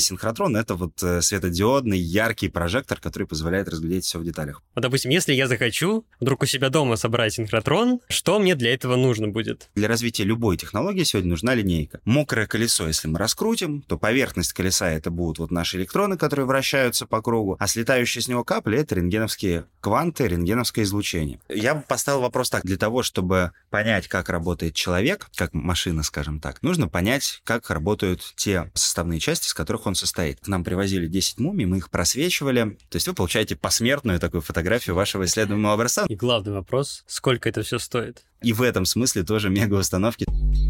Синхротрон — это вот светодиодный яркий прожектор, который позволяет разглядеть все в деталях. Вот, допустим, если я захочу вдруг у себя дома собрать синхротрон, что мне для этого нужно будет? Для развития любой технологии сегодня нужна линейка. Мокрое колесо, если мы раскрутим, то поверхность колеса — это будут вот наши электроны, которые вращаются по кругу, а слетающие с него капли — это рентгеновские кванты, рентгеновское излучение. Я бы поставил вопрос так. Для того, чтобы понять, как работает человек, как машина, скажем так, нужно понять, как работают те составные части, из которых он состоит. К нам привозили 10 мумий, мы их просвечивали. То есть вы получаете посмертную такую фотографию вашего исследуемого образца. И главный вопрос, сколько это все стоит? И в этом смысле тоже мегаустановки.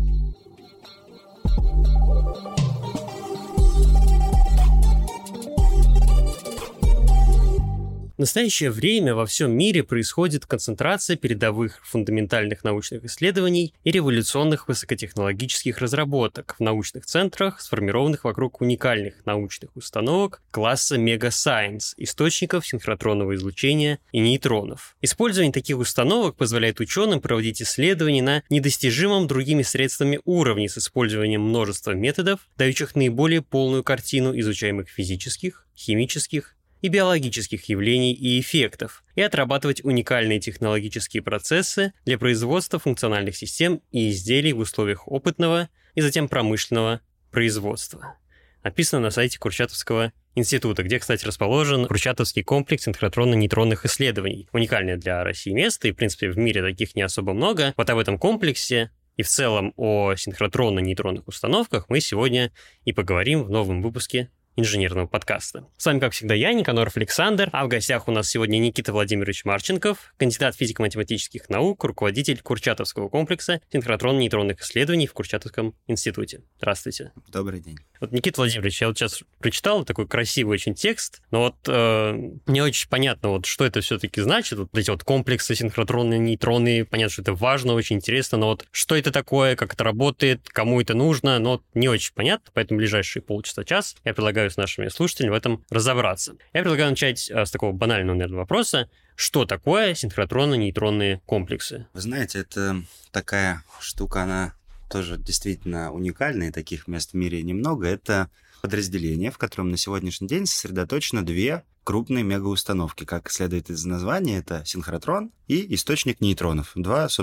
В настоящее время во всем мире происходит концентрация передовых фундаментальных научных исследований и революционных высокотехнологических разработок в научных центрах, сформированных вокруг уникальных научных установок класса мегасайенс, источников синхротронного излучения и нейтронов. Использование таких установок позволяет ученым проводить исследования на недостижимом другими средствами уровне с использованием множества методов, дающих наиболее полную картину изучаемых физических, химических и биологических явлений и эффектов, и отрабатывать уникальные технологические процессы для производства функциональных систем и изделий в условиях опытного и затем промышленного производства. Написано на сайте Курчатовского института, где, кстати, расположен Курчатовский комплекс синхротронно-нейтронных исследований. Уникальное для России место, и, в принципе, в мире таких не особо много. Вот об этом комплексе и в целом о синхротронно-нейтронных установках мы сегодня и поговорим в новом выпуске инженерного подкаста. С вами, как всегда, я, Никаноров Александр, а в гостях у нас сегодня Никита Владимирович Марченков, кандидат физико-математических наук, руководитель Курчатовского комплекса синхротронно-нейтронных исследований в Курчатовском институте. Здравствуйте. Добрый день. Вот, Никита Владимирович, я вот сейчас прочитал такой красивый очень текст, но вот не очень понятно, вот что это все-таки значит, вот эти вот комплексы синхротронные, нейтроны, понятно, что это важно, очень интересно, но вот что это такое, как это работает, кому это нужно, но вот не очень понятно, поэтому ближайшие полчаса-час я предлагаю с нашими слушателями в этом разобраться. Я предлагаю начать с такого банального, наверное, вопроса. Что такое синхротронно-нейтронные комплексы? Вы знаете, это такая штука, она тоже действительно уникальная, и таких мест в мире немного. Это подразделение, в котором на сегодняшний день сосредоточено две крупные мегаустановки. Как следует из названия, это синхротрон и источник нейтронов.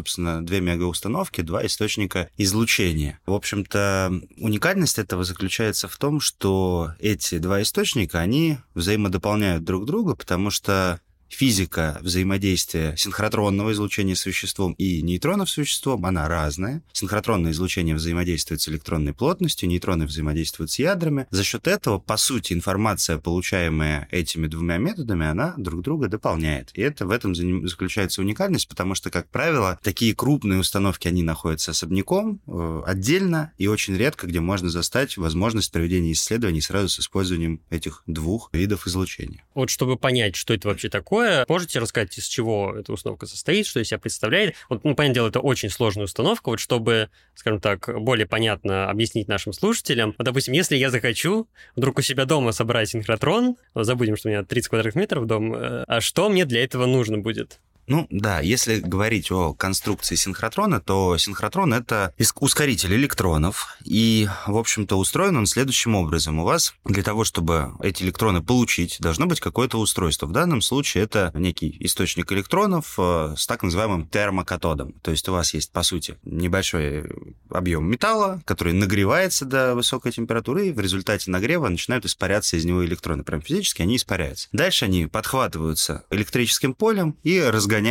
Две мегаустановки, два источника излучения. В общем-то, уникальность этого заключается в том, что эти два источника, они взаимодополняют друг друга, потому что физика взаимодействия синхротронного излучения с веществом и нейтронов с веществом, она разная. Синхротронное излучение взаимодействует с электронной плотностью, нейтроны взаимодействуют с ядрами. За счет этого, по сути, информация, получаемая этими двумя методами, она друг друга дополняет. И в этом заключается уникальность, потому что, как правило, такие крупные установки, они находятся особняком, отдельно, и очень редко, где можно застать возможность проведения исследований сразу с использованием этих двух видов излучения. Вот чтобы понять, что это вообще такое, можете рассказать, из чего эта установка состоит, что из себя представляет? Вот, понятное дело, это очень сложная установка. Вот чтобы, скажем так, более понятно объяснить нашим слушателям, вот, допустим, если я захочу вдруг у себя дома собрать синхротрон, забудем, что у меня 30 квадратных метров дом, а что мне для этого нужно будет? Ну да, если говорить о конструкции синхротрона, то синхротрон — это ускоритель электронов, и, в общем-то, устроен он следующим образом. У вас для того, чтобы эти электроны получить, должно быть какое-то устройство. В данном случае это некий источник электронов с так называемым термокатодом. То есть у вас есть, по сути, небольшой объем металла, который нагревается до высокой температуры, и в результате нагрева начинают испаряться из него электроны. Прям физически они испаряются. Дальше они подхватываются электрическим полем и разгоняются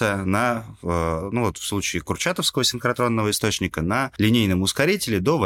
на, в случае Курчатовского синхротронного источника, на линейном ускорителе до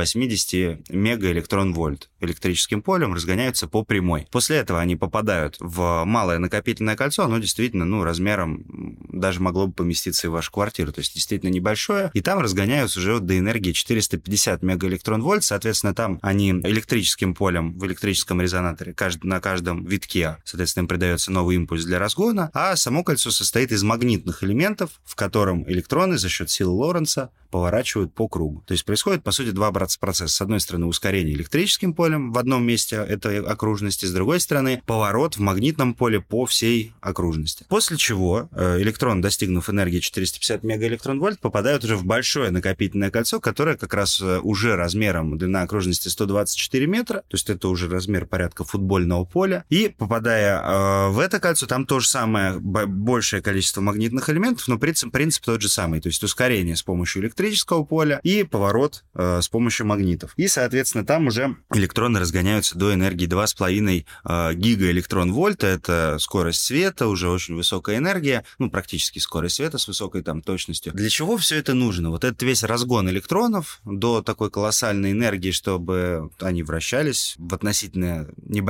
80 мегаэлектрон-вольт. Электрическим полем разгоняются по прямой. После этого они попадают в малое накопительное кольцо, оно действительно, размером даже могло бы поместиться и в вашу квартиру, то есть действительно небольшое, и там разгоняются уже до энергии 450 мегаэлектрон-вольт, соответственно, там они электрическим полем в электрическом резонаторе на каждом витке, соответственно, им придается новый импульс для разгона, а само кольцо состоит из магнитных магнитных элементов, в котором электроны за счет силы Лоренца поворачивают по кругу. То есть происходит, по сути, два процесса. С одной стороны, ускорение электрическим полем в одном месте этой окружности, с другой стороны, поворот в магнитном поле по всей окружности. После чего электрон, достигнув энергии 450 мегаэлектронвольт, попадают уже в большое накопительное кольцо, которое как раз уже размером длина окружности 124 метра, то есть это уже размер порядка футбольного поля. И попадая в это кольцо, там то же самое, большее количество магнитных элементов, но принцип тот же самый. То есть ускорение с помощью электрического поля и поворот с помощью магнитов. И, соответственно, там уже электроны разгоняются до энергии 2,5 гигаэлектронвольта. Это скорость света, уже очень высокая энергия, практически скорость света с высокой там точностью. Для чего все это нужно? Вот этот весь разгон электронов до такой колоссальной энергии, чтобы они вращались по относительно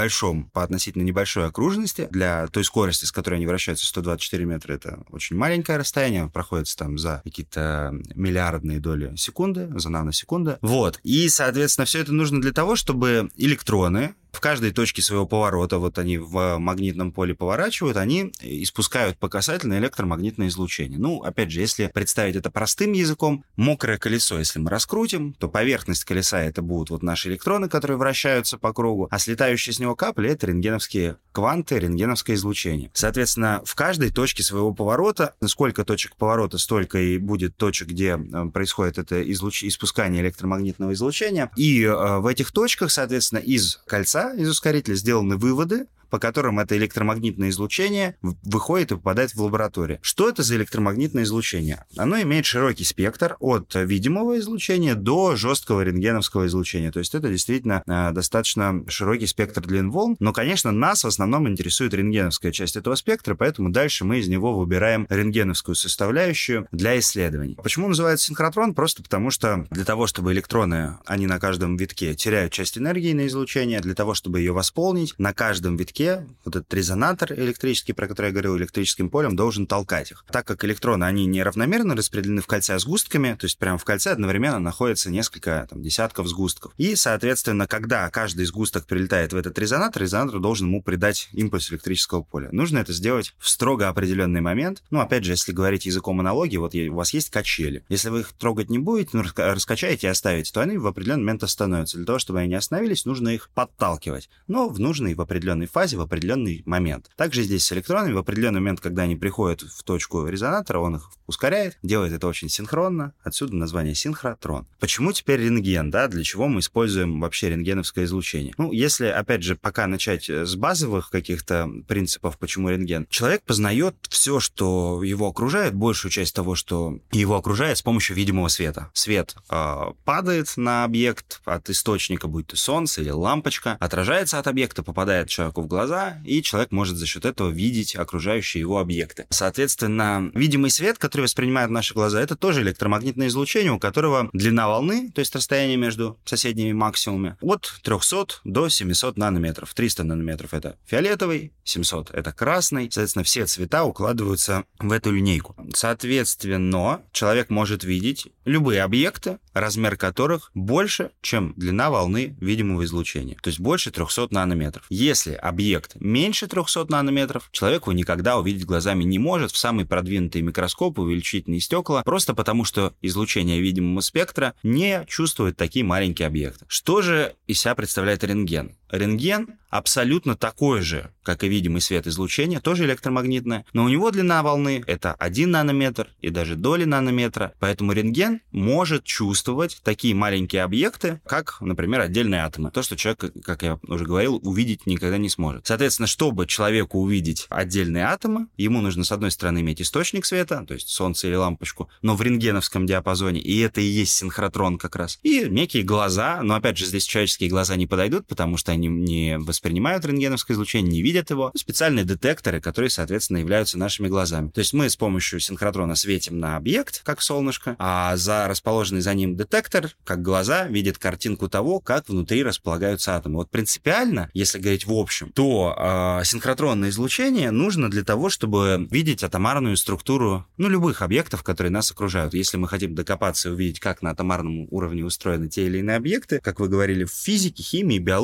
небольшой окружности. Для той скорости, с которой они вращаются, 124 метра, это очень маленькое расстояние, проходится там за какие-то миллиардные доли секунды, за наносекунды. Вот. И, соответственно, все это нужно для того, чтобы электроны в каждой точке своего поворота, вот они в магнитном поле поворачивают, они испускают по касательной электромагнитное излучение. Опять же, если представить это простым языком, мокрое колесо, если мы раскрутим, то поверхность колеса — это будут вот наши электроны, которые вращаются по кругу, а слетающие с него капли — это рентгеновские кванты, рентгеновское излучение. Соответственно, в каждой точке своего поворота, сколько точек поворота, столько и будет точек, где происходит это испускание электромагнитного излучения. И в этих точках, соответственно, из кольца, из ускорителя сделаны выводы, по которым это электромагнитное излучение выходит и попадает в лабораторию. Что это за электромагнитное излучение? Оно имеет широкий спектр от видимого излучения до жесткого рентгеновского излучения. То есть это действительно достаточно широкий спектр длин волн. Но, конечно, нас в основном интересует рентгеновская часть этого спектра, поэтому дальше мы из него выбираем рентгеновскую составляющую для исследований. Почему называется синхротрон? Просто потому что для того, чтобы электроны, они на каждом витке теряют часть энергии на излучение, для того, чтобы ее восполнить, на каждом витке вот этот резонатор электрический, про который я говорил, электрическим полем, должен толкать их. Так как электроны, они неравномерно распределены в кольце сгустками, то есть прямо в кольце одновременно находится несколько десятков сгустков. И, соответственно, когда каждый сгусток прилетает в этот резонатор, резонатор должен ему придать импульс электрического поля. Нужно это сделать в строго определенный момент. Опять же, если говорить языком аналогии, вот у вас есть качели. Если вы их трогать не будете, раскачаете и оставите, то они в определенный момент остановятся. Для того, чтобы они не остановились, нужно их подталкивать. Но в нужной, в определенной фазе, в определенный момент. Также здесь с электронами. В определенный момент, когда они приходят в точку резонатора, он их ускоряет, делает это очень синхронно. Отсюда название синхротрон. Почему теперь рентген? Для чего мы используем вообще рентгеновское излучение? Если, опять же, пока начать с базовых каких-то принципов, почему рентген, человек познает все, что его окружает, большую часть того, что его окружает, с помощью видимого света. Свет падает на объект от источника, будь то солнце или лампочка, отражается от объекта, попадает человеку в глаза, и человек может за счет этого видеть окружающие его объекты. Соответственно, видимый свет, который воспринимают наши глаза, это тоже электромагнитное излучение, у которого длина волны, то есть расстояние между соседними максимумами, от 300 до 700 нанометров. 300 нанометров — это фиолетовый, 700 — это красный. Соответственно, все цвета укладываются в эту линейку. Соответственно, человек может видеть любые объекты, размер которых больше, чем длина волны видимого излучения. То есть больше 300 нанометров. Если объект меньше 300 нанометров, человек его никогда увидеть глазами не может в самые продвинутые микроскопы, увеличительные стекла, просто потому что излучение видимого спектра не чувствует такие маленькие объекты. Что же из себя представляет рентген? Рентген абсолютно такой же, как и видимый свет, излучение, тоже электромагнитное, но у него длина волны — это 1 нанометр и даже доли нанометра, поэтому рентген может чувствовать такие маленькие объекты, как, например, отдельные атомы. То, что человек, как я уже говорил, увидеть никогда не сможет. Соответственно, чтобы человеку увидеть отдельные атомы, ему нужно, с одной стороны, иметь источник света, то есть солнце или лампочку, но в рентгеновском диапазоне, и это и есть синхротрон как раз, и некие глаза, но, опять же, здесь человеческие глаза не подойдут, потому что они не воспринимают рентгеновское излучение, не видят его. Специальные детекторы, которые, соответственно, являются нашими глазами. То есть мы с помощью синхротрона светим на объект, как солнышко, а за расположенный за ним детектор, как глаза, видит картинку того, как внутри располагаются атомы. Вот принципиально, если говорить в общем, то синхротронное излучение нужно для того, чтобы видеть атомарную структуру, любых объектов, которые нас окружают. Если мы хотим докопаться и увидеть, как на атомарном уровне устроены те или иные объекты, как вы говорили, в физике, химии, биологии или в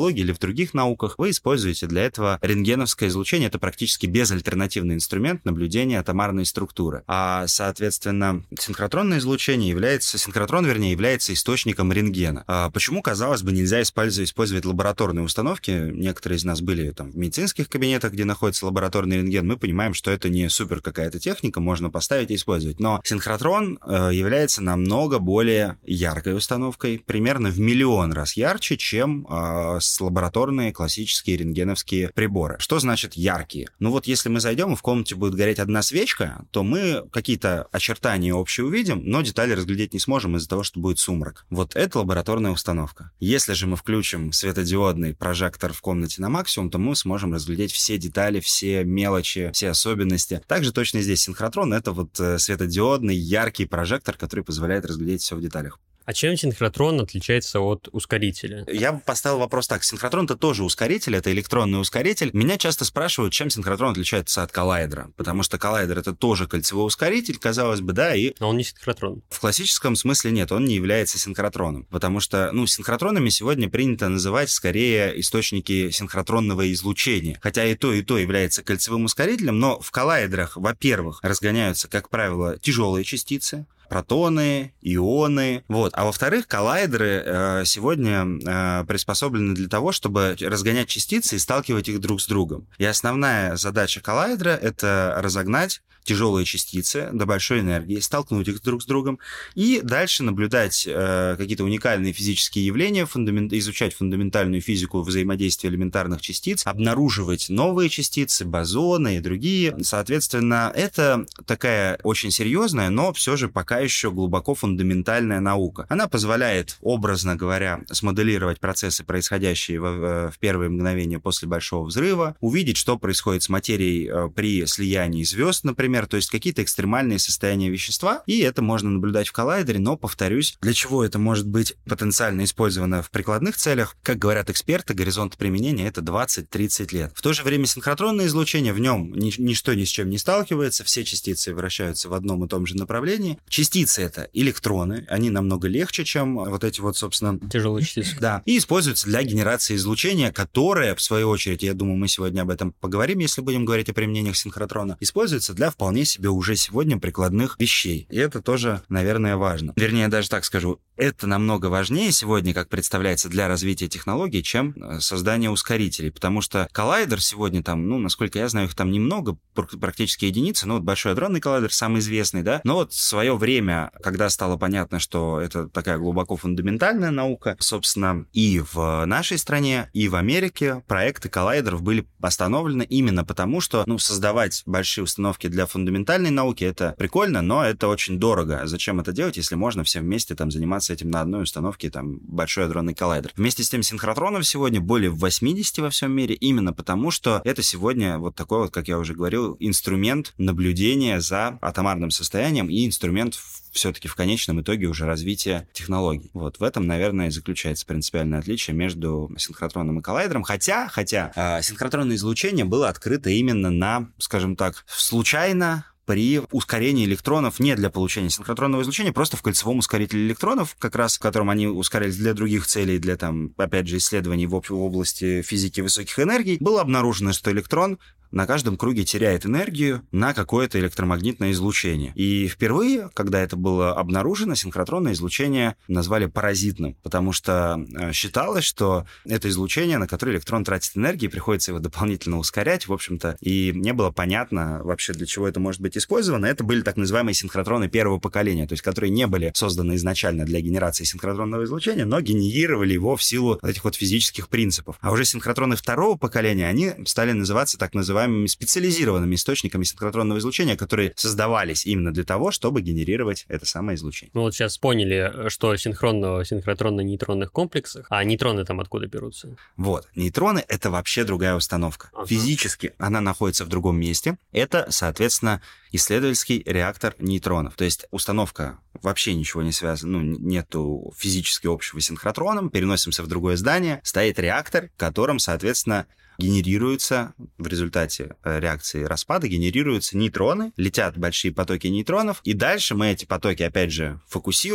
других науках, вы используете для этого рентгеновское излучение. Это практически безальтернативный инструмент наблюдения атомарной структуры. А, соответственно, синхротронное излучение является источником рентгена. Почему, казалось бы, нельзя использовать лабораторные установки? Некоторые из нас были там в медицинских кабинетах, где находится лабораторный рентген. Мы понимаем, что это не супер какая-то техника, можно поставить и использовать. Но синхротрон является намного более яркой установкой, примерно в 1 миллион раз ярче, чем лабораторные классические рентгеновские приборы. Что значит яркие? Ну вот если мы зайдем, и в комнате будет гореть одна свечка, то мы какие-то очертания общие увидим, но детали разглядеть не сможем из-за того, что будет сумрак. Вот это лабораторная установка. Если же мы включим светодиодный прожектор в комнате на максимум, то мы сможем разглядеть все детали, все мелочи, все особенности. Также точно здесь синхротрон — это вот светодиодный яркий прожектор, который позволяет разглядеть все в деталях. А чем синхротрон отличается от ускорителя? Я бы поставил вопрос так. Синхротрон — это тоже ускоритель, это электронный ускоритель. Меня часто спрашивают, чем синхротрон отличается от коллайдера, потому что коллайдер — это тоже кольцевой ускоритель, казалось бы, да, и... Но он не синхротрон. В классическом смысле нет, он не является синхротроном, потому что, синхротронами сегодня принято называть скорее источники синхротронного излучения. Хотя и то является кольцевым ускорителем, но в коллайдерах, во-первых, разгоняются, как правило, тяжелые частицы, протоны, ионы. Вот. А во-вторых, коллайдеры сегодня приспособлены для того, чтобы разгонять частицы и сталкивать их друг с другом. И основная задача коллайдера — это разогнать тяжелые частицы до большой энергии, столкнуть их друг с другом и дальше наблюдать какие-то уникальные физические явления, изучать фундаментальную физику взаимодействия элементарных частиц, обнаруживать новые частицы, бозоны и другие. Соответственно, это такая очень серьезная, но все же пока еще глубоко фундаментальная наука. Она позволяет, образно говоря, смоделировать процессы, происходящие в первые мгновения после Большого взрыва, увидеть, что происходит с материей при слиянии звезд, например, то есть какие-то экстремальные состояния вещества, и это можно наблюдать в коллайдере, но, повторюсь, для чего это может быть потенциально использовано в прикладных целях, как говорят эксперты, горизонт применения — это 20-30 лет. В то же время синхротронное излучение, в нем ничто ни с чем не сталкивается, все частицы вращаются в одном и том же направлении. Частицы — это электроны, они намного легче, чем вот эти вот, собственно... Тяжелые частицы. Да, и используются для генерации излучения, которое, в свою очередь, я думаю, мы сегодня об этом поговорим, если будем говорить о применениях синхротрона, используется для вполне себе уже сегодня прикладных вещей. И это тоже, наверное, важно. Вернее, я даже так скажу, это намного важнее сегодня, как представляется, для развития технологий, чем создание ускорителей. Потому что коллайдер сегодня там, насколько я знаю, их там немного, практически единицы. Вот Большой адронный коллайдер самый известный, да. Но вот в свое время, когда стало понятно, что это такая глубоко фундаментальная наука, собственно, и в нашей стране, и в Америке проекты коллайдеров были остановлены именно потому, что, создавать большие установки для фундаментальной науки — это прикольно, но это очень дорого. Зачем это делать, если можно все вместе там заниматься этим на одной установке, там, Большой адронный коллайдер. Вместе с тем синхротронов сегодня более 80 во всем мире, именно потому, что это сегодня вот такой вот, как я уже говорил, инструмент наблюдения за атомарным состоянием и инструмент все-таки в конечном итоге уже развития технологий. Вот в этом, наверное, и заключается принципиальное отличие между синхротроном и коллайдером. Хотя синхротронное излучение было открыто именно на, скажем так, случайно, при ускорении электронов не для получения синхротронного излучения, просто в кольцевом ускорителе электронов, как раз в котором они ускорялись для других целей, для, опять же, исследований в области физики высоких энергий, было обнаружено, что электрон на каждом круге теряет энергию на какое-то электромагнитное излучение. И впервые, когда это было обнаружено, синхротронное излучение назвали паразитным, потому что считалось, что это излучение, на которое электрон тратит энергию, приходится его дополнительно ускорять, в общем-то, и не было понятно вообще, для чего это может быть использовано. Это были так называемые синхротроны первого поколения, то есть которые не были созданы изначально для генерации синхротронного излучения, но генерировали его в силу этих вот физических принципов. А уже синхротроны второго поколения, они стали называться так называемыми специализированными источниками синхротронного излучения, которые создавались именно для того, чтобы генерировать это самое излучение. Мы вот сейчас поняли, что синхронно-нейтронных комплексах, а нейтроны там откуда берутся? Вот. Нейтроны — это вообще другая установка. Ага. Физически она находится в другом месте. Это, соответственно, исследовательский реактор нейтронов. То есть установка вообще ничего не связано, нету физически общего с синхротроном, переносимся в другое здание, стоит реактор, в котором, соответственно, генерируются в результате реакции распада, генерируются нейтроны, летят большие потоки нейтронов, и дальше мы эти потоки, опять же, фокусируем,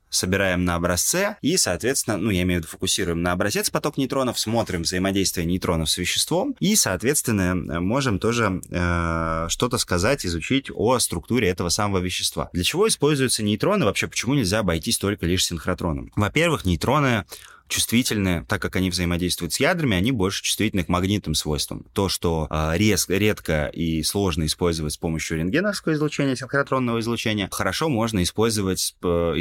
собираем на образце и, соответственно, я имею в виду, фокусируем на образец поток нейтронов, смотрим взаимодействие нейтронов с веществом и, соответственно, можем тоже что-то сказать, изучить о структуре этого самого вещества. Для чего используются нейтроны? Вообще, почему нельзя обойтись только лишь синхротроном? Во-первых, нейтроны чувствительны, так как они взаимодействуют с ядрами, они больше чувствительны к магнитным свойствам. То, что редко и сложно использовать с помощью рентгеновского излучения, синхротронного излучения, хорошо можно исследовать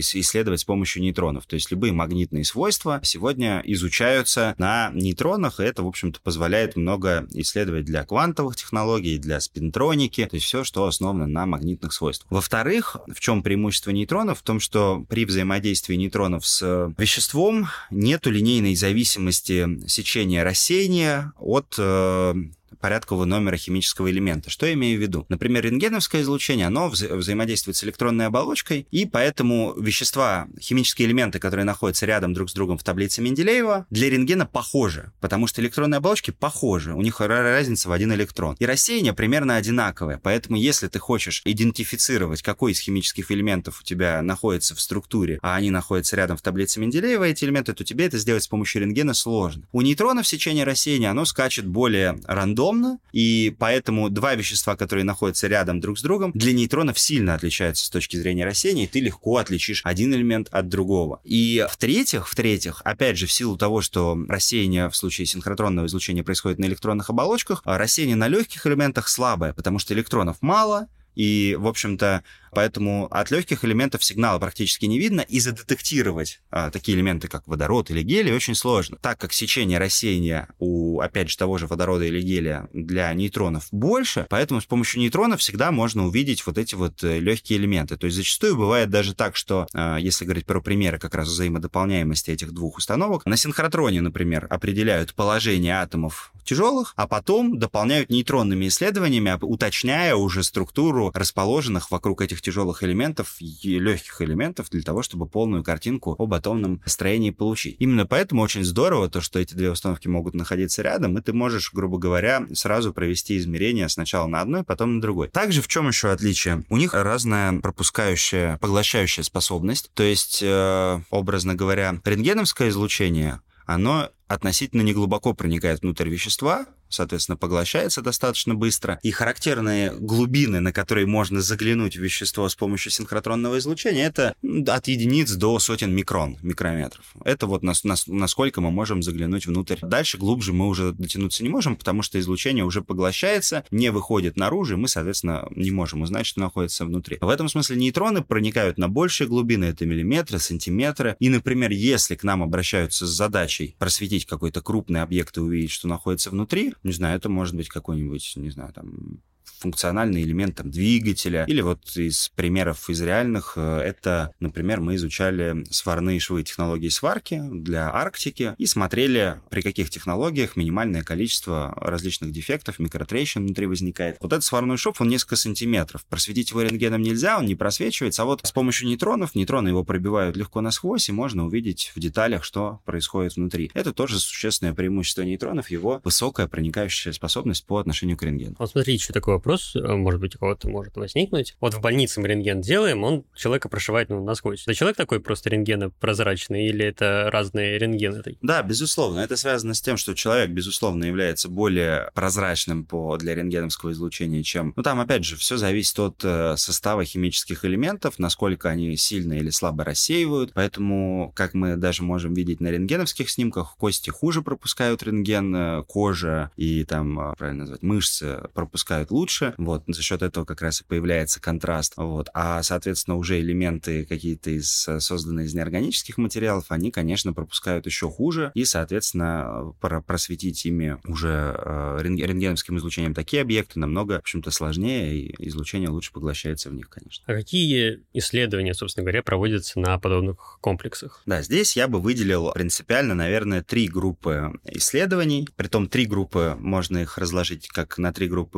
с помощью нейтронов. То есть любые магнитные свойства сегодня изучаются на нейтронах, и это, в общем-то, позволяет много исследовать для квантовых технологий, для спинтроники, то есть все, что основано на магнитных свойствах. Во-вторых, в чем преимущество нейтронов? В том, что при взаимодействии нейтронов с веществом нету линейной зависимости сечения рассеяния от порядкового номера химического элемента. Что я имею в виду? Например, рентгеновское излучение, оно взаимодействует с электронной оболочкой, и поэтому вещества, химические элементы, которые находятся рядом друг с другом в таблице Менделеева, для рентгена похожи, потому что электронные оболочки похожи, у них разница в 1 электрон. И рассеяние примерно одинаковое, поэтому если ты хочешь идентифицировать, какой из химических элементов у тебя находится в структуре, а они находятся рядом в таблице Менделеева, эти элементы, то тебе это сделать с помощью рентгена сложно. У нейтронов сечение рассеяния, оно скачет более рандомно, и поэтому два вещества, которые находятся рядом друг с другом, для нейтронов сильно отличаются с точки зрения рассеяния, и ты легко отличишь один элемент от другого. И в-третьих, опять же, в силу того, что рассеяние в случае синхротронного излучения происходит на электронных оболочках, рассеяние на легких элементах слабое, потому что электронов мало, и, в общем-то, поэтому от легких элементов сигнала практически не видно, и задетектировать такие элементы, как водород или гелий, очень сложно. Так как сечение рассеяния у, опять же, того же водорода или гелия для нейтронов больше, поэтому с помощью нейтронов всегда можно увидеть вот эти вот легкие элементы. То есть зачастую бывает даже так, что, если говорить про примеры как раз взаимодополняемости этих двух установок, на синхротроне, например, определяют положение атомов тяжелых, а потом дополняют нейтронными исследованиями, уточняя уже структуру расположенных вокруг этих тяжелых элементов и легких элементов для того, чтобы полную картинку об атомном строении получить. Именно поэтому очень здорово то, что эти две установки могут находиться рядом, и ты можешь, грубо говоря, сразу провести измерения сначала на одной, потом на другой. Также в чем еще отличие? У них разная пропускающая, поглощающая способность, то есть, образно говоря, рентгеновское излучение, оно относительно неглубоко проникает внутрь вещества, соответственно, поглощается достаточно быстро. И характерные глубины, на которые можно заглянуть в вещество с помощью синхротронного излучения, это от единиц до сотен микрометров. Это вот насколько мы можем заглянуть внутрь. Дальше, глубже мы уже дотянуться не можем, потому что излучение уже поглощается, не выходит наружу, и мы, соответственно, не можем узнать, что находится внутри. В этом смысле нейтроны проникают на большие глубины, это миллиметры, сантиметры. И, например, если к нам обращаются с задачей просветить какой-то крупный объект и увидеть, что находится внутри, не знаю, это может быть какой-нибудь, не знаю, там, функциональный элемент там, двигателя. Или вот из примеров из реальных, это, например, мы изучали сварные швы, технологии сварки для Арктики и смотрели, при каких технологиях минимальное количество различных дефектов, микротрещин внутри возникает. Вот этот сварной шов, он несколько сантиметров. Просветить его рентгеном нельзя, он не просвечивается, а вот с помощью нейтроны его пробивают легко насквозь, и можно увидеть в деталях, что происходит внутри. Это тоже существенное преимущество нейтронов, его высокая проникающая способность по отношению к рентгену. Вот смотрите, что такое вопрос, может быть, у кого-то может возникнуть. Вот в больнице мы рентген делаем, он человека прошивает насквозь. Это человек такой просто рентгенопрозрачный или это разные рентгены? Да, безусловно. Это связано с тем, что человек, безусловно, является более прозрачным для рентгеновского излучения, чем... там, опять же, все зависит от состава химических элементов, насколько они сильно или слабо рассеивают. Поэтому, как мы даже можем видеть на рентгеновских снимках, кости хуже пропускают рентген, кожа и там, правильно назвать, мышцы пропускают лучше. Вот, за счет этого как раз и появляется контраст. Вот. А, соответственно, уже элементы какие-то созданные из неорганических материалов, они, конечно, пропускают еще хуже. И, соответственно, просветить ими уже рентгеновским излучением такие объекты намного, в общем-то, сложнее, и излучение лучше поглощается в них, конечно. А какие исследования, собственно говоря, проводятся на подобных комплексах? Да, здесь я бы выделил принципиально, наверное, 3 группы исследований. Притом 3 группы, можно их разложить как на 3 группы по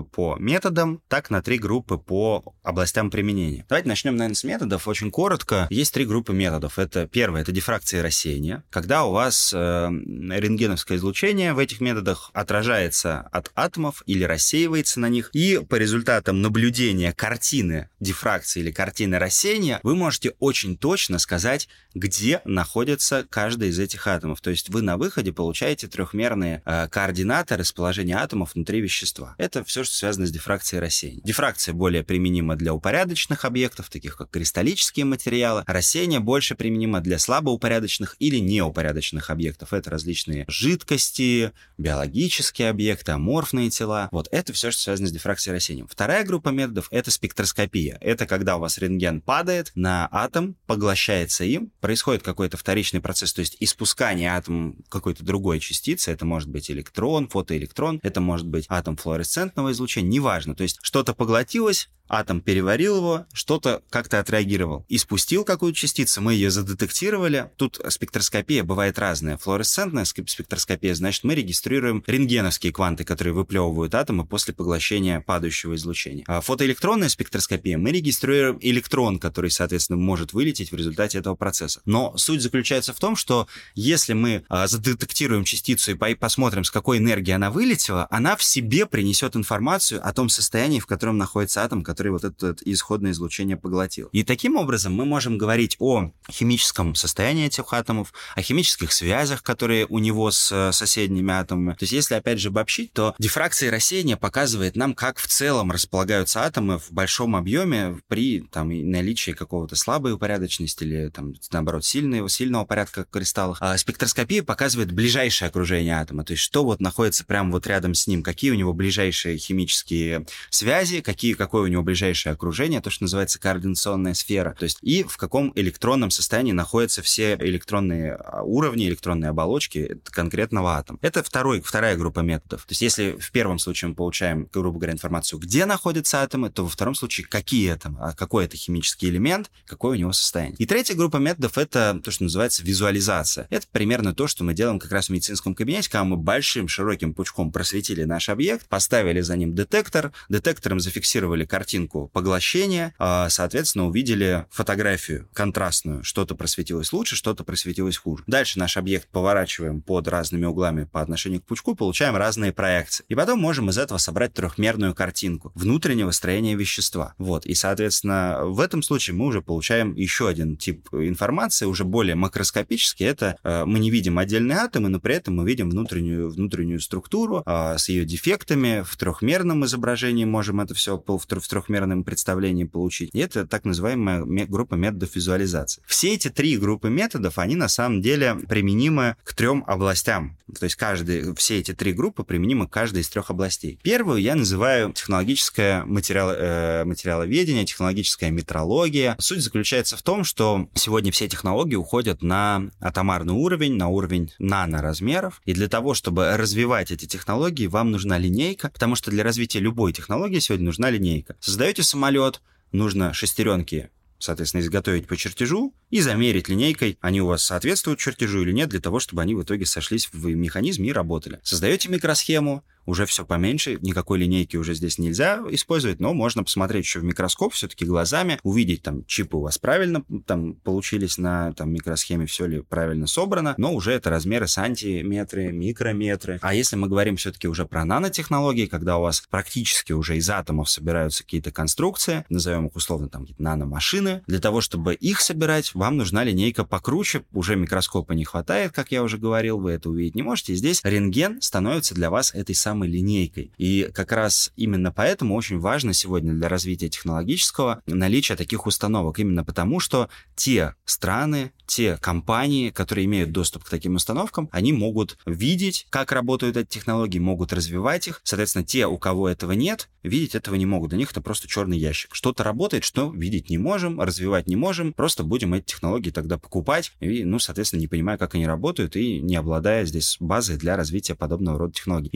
методам, так на 3 группы по областям применения. Давайте начнем, наверное, с методов. Очень коротко. Есть 3 группы методов. Это первое, это дифракция и рассеяние. Когда у вас рентгеновское излучение в этих методах отражается от атомов или рассеивается на них, и по результатам наблюдения картины дифракции или картины рассеяния вы можете очень точно сказать, где находится каждый из этих атомов. То есть вы на выходе получаете трехмерные координаты расположения атомов внутри вещества. Это все, что связано с дифракцией и рассеянием. Дифракция более применима для упорядоченных объектов, таких как кристаллические материалы. Рассеяние больше применимо для слабоупорядоченных или неупорядоченных объектов. Это различные жидкости, биологические объекты, аморфные тела. Вот это все, что связано с дифракцией и рассеянием. Вторая группа методов — это спектроскопия. Это когда у вас рентген падает на атом, поглощается им, происходит какой-то вторичный процесс, то есть испускание атома какой-то другой частицы. Это может быть электрон, фотоэлектрон, это может быть атом флуоресцентного излучения, неважно. То есть что-то поглотилось, атом переварил его, что-то как-то отреагировал. И спустил какую-то частицу, мы ее задетектировали. Тут спектроскопия бывает разная. Флуоресцентная спектроскопия, значит, мы регистрируем рентгеновские кванты, которые выплевывают атомы после поглощения падающего излучения. А фотоэлектронная спектроскопия, мы регистрируем электрон, который, соответственно, может вылететь в результате этого процесса. Но суть заключается в том, что если мы задетектируем частицу и посмотрим, с какой энергией она вылетела, она в себе принесет информацию о том состоянии, в котором находится атом, который вот это исходное излучение поглотил. И таким образом мы можем говорить о химическом состоянии этих атомов, о химических связях, которые у него с соседними атомами. То есть, если опять же обобщить, то дифракция и рассеяние показывает нам, как в целом располагаются атомы в большом объеме при наличии какого-то слабой упорядоченности или, наоборот, сильного порядка кристаллов. А спектроскопия показывает ближайшее окружение атома, то есть, что вот находится прямо вот рядом с ним, какие у него ближайшие химические связи, какое у него ближайшее окружение, то, что называется координационная сфера, то есть и в каком электронном состоянии находятся все электронные уровни, электронные оболочки конкретного атома. Это вторая группа методов. То есть если в первом случае мы получаем, грубо говоря, информацию, где находятся атомы, то во втором случае какие атомы, какой это химический элемент, какое у него состояние. И третья группа методов — это то, что называется визуализация. Это примерно то, что мы делаем как раз в медицинском кабинете, когда мы большим широким пучком просветили наш объект, поставили за ним детектор, детектором зафиксировали картинку поглощения, соответственно, увидели фотографию контрастную. Что-то просветилось лучше, что-то просветилось хуже. Дальше наш объект поворачиваем под разными углами по отношению к пучку, получаем разные проекции. И потом можем из этого собрать трехмерную картинку внутреннего строения вещества. Вот. И, соответственно, в этом случае мы уже получаем еще один тип информации, уже более макроскопический. Это мы не видим отдельные атомы, но при этом мы видим внутреннюю структуру с ее дефектами. В трехмерном изображении можем это все в трехмерном представлении получить. И это так называемая группа методов визуализации. Все эти 3 группы методов, они на самом деле применимы к 3 областям. То есть все эти 3 группы применимы к каждой из 3 областей. Первую я называю технологическое материаловедение, технологическая метрология. Суть заключается в том, что сегодня все технологии уходят на атомарный уровень, на уровень наноразмеров. И для того, чтобы развивать эти технологии, вам нужна линейка, потому что для развития любой технологии сегодня нужна линейка. Создаете самолет, нужно шестеренки, соответственно, изготовить по чертежу и замерить линейкой, они у вас соответствуют чертежу или нет, для того, чтобы они в итоге сошлись в механизме и работали. Создаете микросхему, уже все поменьше, никакой линейки уже здесь нельзя использовать, но можно посмотреть еще в микроскоп, все-таки глазами, увидеть, чипы у вас правильно получились на микросхеме, все ли правильно собрано, но уже это размеры сантиметры, микрометры. А если мы говорим все-таки уже про нанотехнологии, когда у вас практически уже из атомов собираются какие-то конструкции, назовем их условно какие-то наномашины, для того, чтобы их собирать, вам нужна линейка покруче, уже микроскопа не хватает, как я уже говорил, вы это увидеть не можете, и здесь рентген становится для вас этой самой линейкой. И как раз именно поэтому очень важно сегодня для развития технологического наличие таких установок. Именно потому, что те страны, те компании, которые имеют доступ к таким установкам, они могут видеть, как работают эти технологии, могут развивать их. Соответственно, те, у кого этого нет, видеть этого не могут. Для них это просто черный ящик. Что-то работает, что видеть не можем, развивать не можем, просто будем эти технологии тогда покупать и, соответственно, не понимая, как они работают и не обладая здесь базой для развития подобного рода технологий. Именно поэтому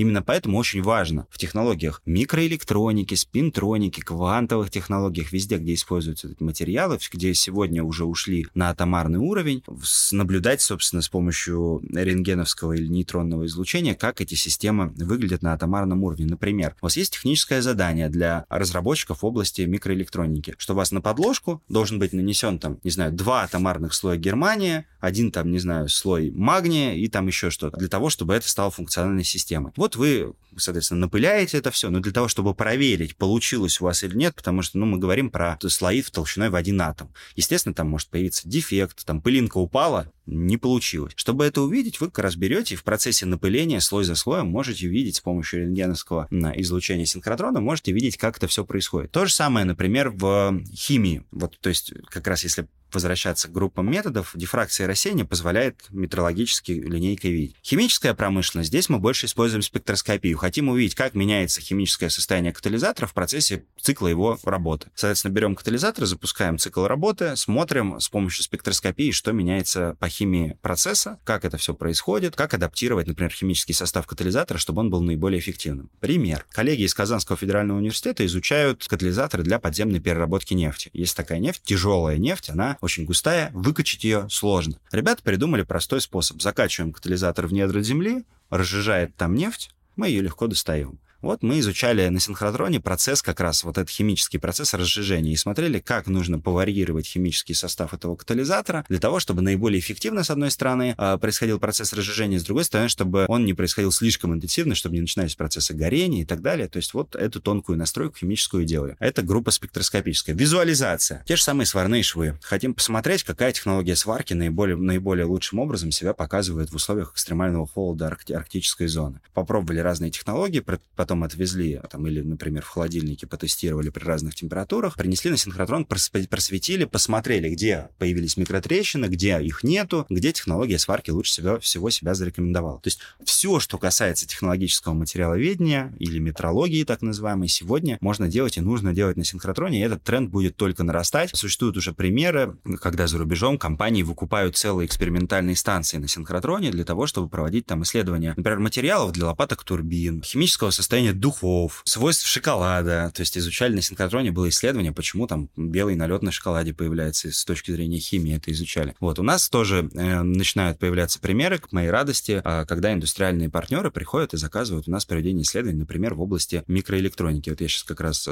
поэтому очень важно в технологиях микроэлектроники, спинтроники, квантовых технологиях, везде, где используются эти материалы, где сегодня уже ушли на атомарный уровень, наблюдать, собственно, с помощью рентгеновского или нейтронного излучения, как эти системы выглядят на атомарном уровне. Например, у вас есть техническое задание для разработчиков в области микроэлектроники, что у вас на подложку должен быть нанесен, там, не знаю, 2 атомарных слоя германия, 1, там, не знаю, слой магния и там еще что-то, для того, чтобы это стало функциональной системой. Вот вы, соответственно, напыляете это все, но для того, чтобы проверить, получилось у вас или нет, потому что, мы говорим про слои толщиной в 1 атом. Естественно, там может появиться дефект, там пылинка упала, не получилось. Чтобы это увидеть, вы как раз берете и в процессе напыления слой за слоем можете видеть с помощью рентгеновского излучения синхротрона, можете видеть, как это все происходит. То же самое, например, в химии. Вот, то есть, как раз если возвращаться к группам методов, дифракция и рассеяние позволяет метрологически линейкой видеть. Химическая промышленность, здесь мы больше используем спектроскопию. Хотим увидеть, как меняется химическое состояние катализатора в процессе цикла его работы. Соответственно, берем катализатор, запускаем цикл работы, смотрим с помощью спектроскопии, что меняется по химии процесса, как это все происходит, как адаптировать, например, химический состав катализатора, чтобы он был наиболее эффективным. Пример. Коллеги из Казанского федерального университета изучают катализаторы для подземной переработки нефти. Есть такая нефть, тяжелая нефть, она очень густая, выкачать ее сложно. Ребята придумали простой способ. Закачиваем катализатор в недра земли, разжижает там нефть, мы ее легко достаем. Вот мы изучали на синхротроне процесс, как раз вот этот химический процесс разжижения, и смотрели, как нужно поварьировать химический состав этого катализатора для того, чтобы наиболее эффективно, с одной стороны, происходил процесс разжижения, с другой стороны, чтобы он не происходил слишком интенсивно, чтобы не начинались процессы горения и так далее. То есть вот эту тонкую настройку химическую делали. Это группа спектроскопическая. Визуализация. Те же самые сварные швы. Хотим посмотреть, какая технология сварки наиболее лучшим образом себя показывает в условиях экстремального холода арктической зоны. Попробовали разные технологии, потом отвезли, там, или, например, в холодильнике потестировали при разных температурах, принесли на синхротрон, просветили, посмотрели, где появились микротрещины, где их нету, где технология сварки лучше всего себя зарекомендовала. То есть все, что касается технологического материаловедения или метрологии, так называемой, сегодня можно делать и нужно делать на синхротроне, и этот тренд будет только нарастать. Существуют уже примеры, когда за рубежом компании выкупают целые экспериментальные станции на синхротроне для того, чтобы проводить там исследования, например, материалов для лопаток турбин, химического состояния духов, свойств шоколада. То есть изучали на синхротроне, было исследование, почему там белый налет на шоколаде появляется с точки зрения химии, это изучали. Вот, у нас тоже начинают появляться примеры, к моей радости, когда индустриальные партнеры приходят и заказывают у нас проведение исследований, например, в области микроэлектроники. Вот я сейчас как раз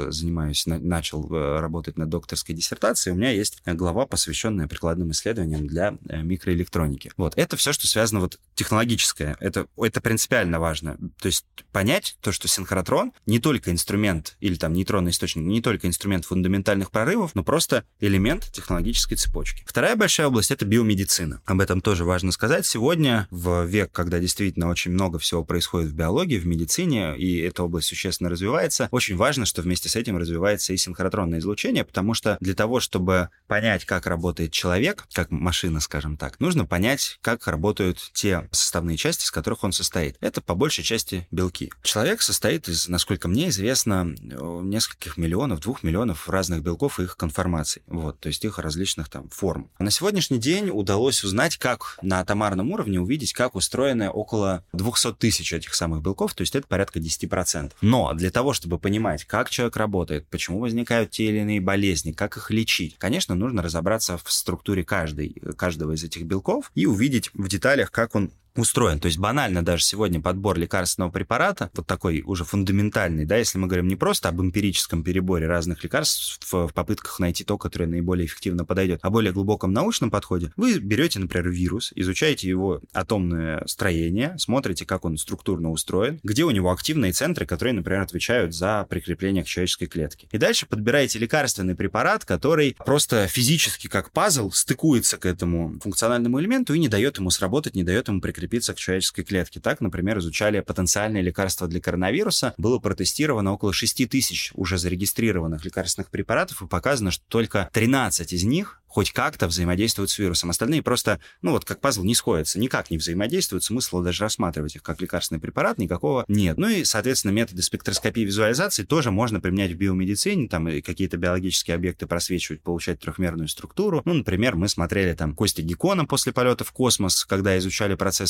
начал работать над докторской диссертацией, у меня есть глава, посвященная прикладным исследованиям для микроэлектроники. Вот, это все, что связано вот технологическое, это принципиально важно. То есть понять то, что синхротрон не только инструмент или там нейтронный источник, не только инструмент фундаментальных прорывов, но просто элемент технологической цепочки. Вторая большая область — это биомедицина. Об этом тоже важно сказать. Сегодня, в век, когда действительно очень много всего происходит в биологии, в медицине, и эта область существенно развивается, очень важно, что вместе с этим развивается и синхротронное излучение, потому что для того, чтобы понять, как работает человек, как машина, скажем так, нужно понять, как работают те составные части, из которых он состоит. Это по большей части белки. Человек состоит из, насколько мне известно, нескольких миллионов, 2 миллионов разных белков и их конформаций. Вот, то есть их различных там форм. А на сегодняшний день удалось узнать, как на атомарном уровне увидеть, как устроены около 200 тысяч этих самых белков, то есть это порядка 10%. Но для того, чтобы понимать, как человек работает, почему возникают те или иные болезни, как их лечить, конечно, нужно разобраться в структуре каждого из этих белков и увидеть в деталях, как он устроен. То есть банально даже сегодня подбор лекарственного препарата, вот такой уже фундаментальный, да, если мы говорим не просто об эмпирическом переборе разных лекарств в попытках найти то, которое наиболее эффективно подойдет, а более глубоком научном подходе, вы берете, например, вирус, изучаете его атомное строение, смотрите, как он структурно устроен, где у него активные центры, которые, например, отвечают за прикрепление к человеческой клетке. И дальше подбираете лекарственный препарат, который просто физически, как пазл, стыкуется к этому функциональному элементу и не дает ему сработать, не дает ему прикрепиться к человеческой клетке. Так, например, изучали потенциальные лекарства для коронавируса. Было протестировано около 6 тысяч уже зарегистрированных лекарственных препаратов, и показано, что только 13 из них хоть как-то взаимодействуют с вирусом. Остальные просто, вот как пазл, не сходятся, никак не взаимодействуют, смысла даже рассматривать их как лекарственный препарат никакого нет. Ну и, соответственно, методы спектроскопии и визуализации тоже можно применять в биомедицине, там и какие-то биологические объекты просвечивать, получать трехмерную структуру. Ну, например, мы смотрели там кости геккона после полета в космос, когда изучали процессы